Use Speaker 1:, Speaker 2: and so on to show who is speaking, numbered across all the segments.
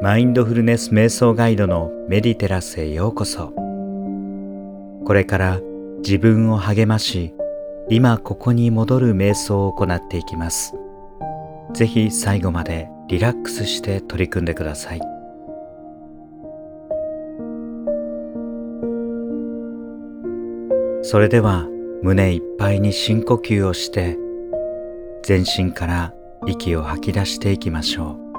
Speaker 1: マインドフルネス瞑想ガイドのメディテラスへようこそ。これから自分を励まし、今ここに戻る瞑想を行っていきます。ぜひ最後までリラックスして取り組んでください。それでは胸いっぱいに深呼吸をして、全身から息を吐き出していきましょう。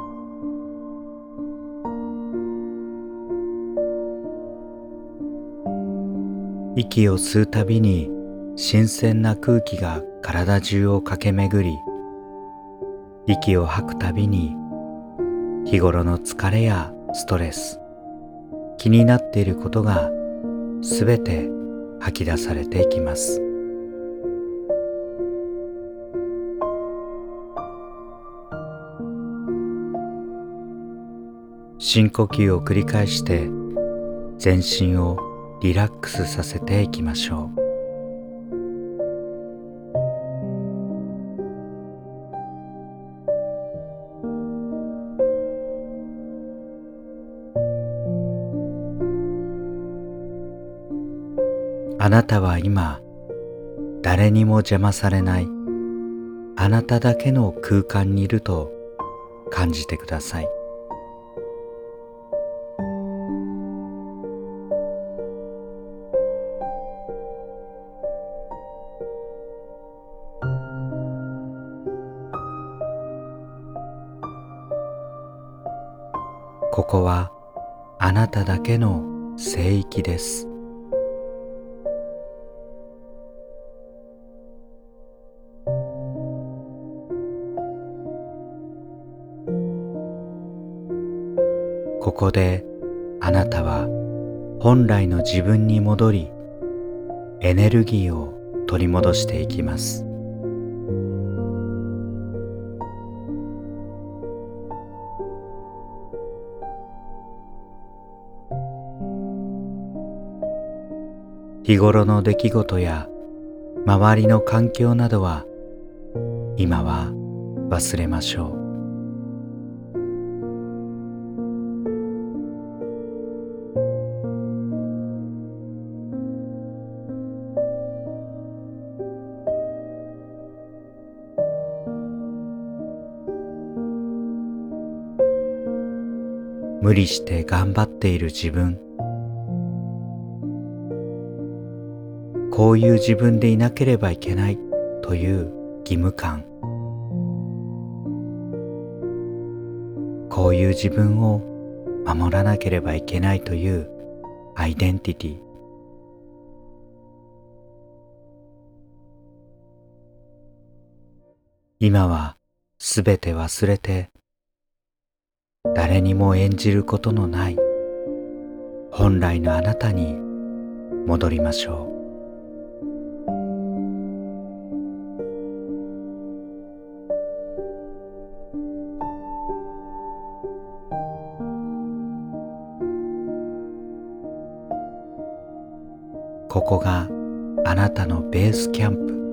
Speaker 1: 息を吸うたびに新鮮な空気が体中を駆け巡り、息を吐くたびに日頃の疲れやストレス、気になっていることがすべて吐き出されていきます。深呼吸を繰り返して全身をリラックスさせていきましょう。あなたは今、誰にも邪魔されないあなただけの空間にいると感じてください。ここはあなただけの聖域です。ここであなたは本来の自分に戻り、エネルギーを取り戻していきます。日頃の出来事や周りの環境などは今は忘れましょう。無理して頑張っている自分、こういう自分でいなければいけないという義務感、こういう自分を守らなければいけないというアイデンティティ、今はすべて忘れて、誰にも演じることのない本来のあなたに戻りましょう。ここがあなたのベースキャンプ。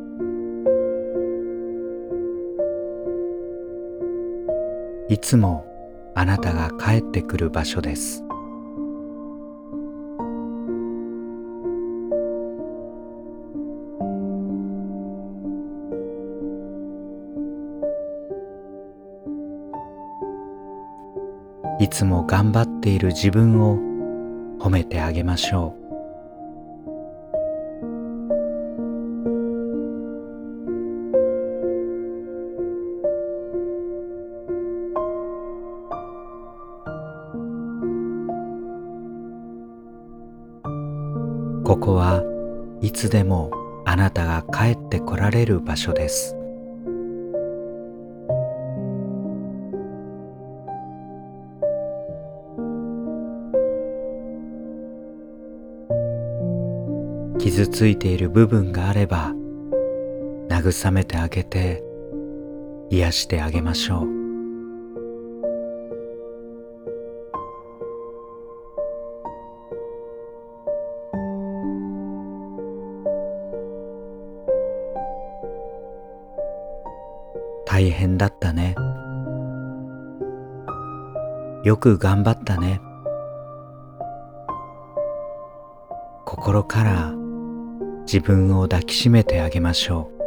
Speaker 1: いつもあなたが帰ってくる場所です。いつも頑張っている自分を褒めてあげましょう。ここはいつでもあなたが帰ってこられる場所です。傷ついている部分があれば慰めてあげて癒してあげましょう。大変だったね。 よく頑張ったね。心から自分を抱きしめてあげましょう。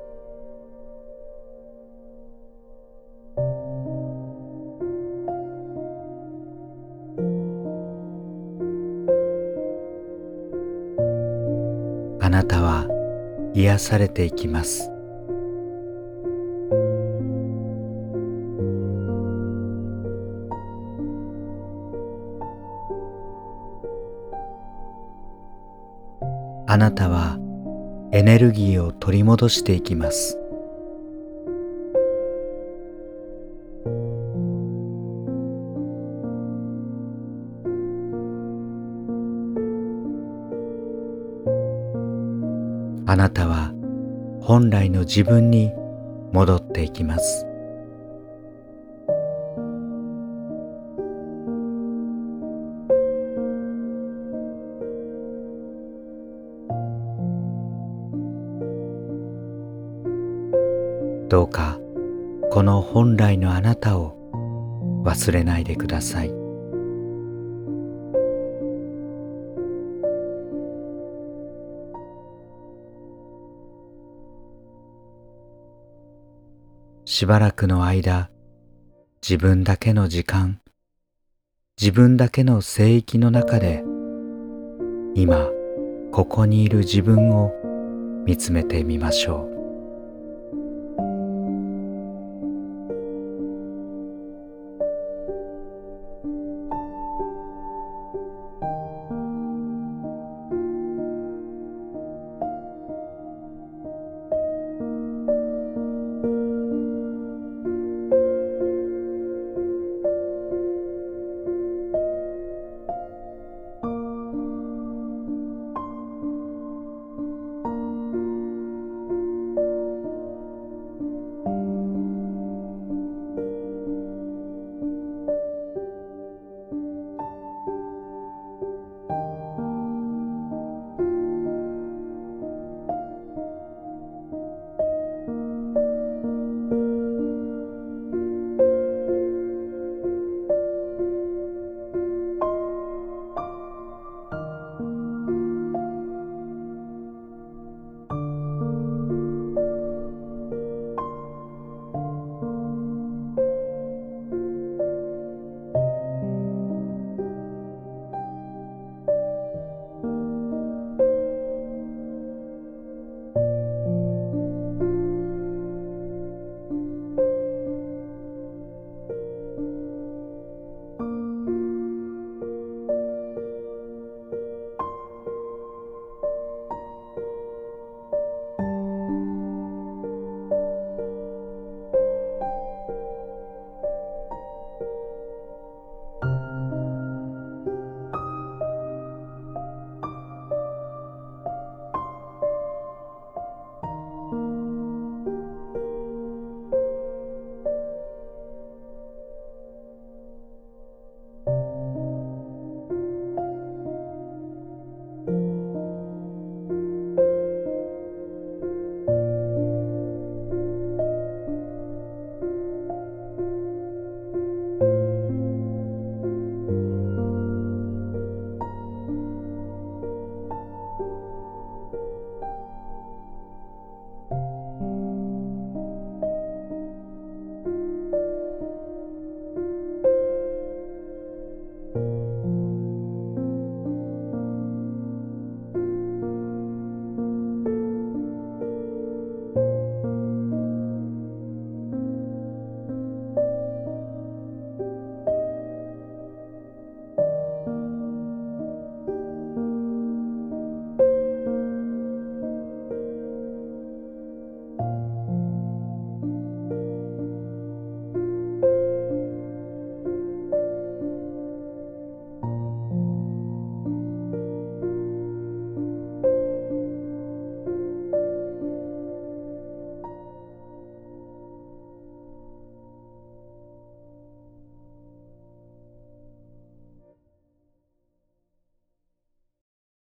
Speaker 1: あなたは癒されていきます。あなたはエネルギーを取り戻していきます。あなたは本来の自分に戻っていきます。どうかこの本来のあなたを忘れないでください。しばらくの間、自分だけの時間、自分だけの聖域の中で、今ここにいる自分を見つめてみましょう。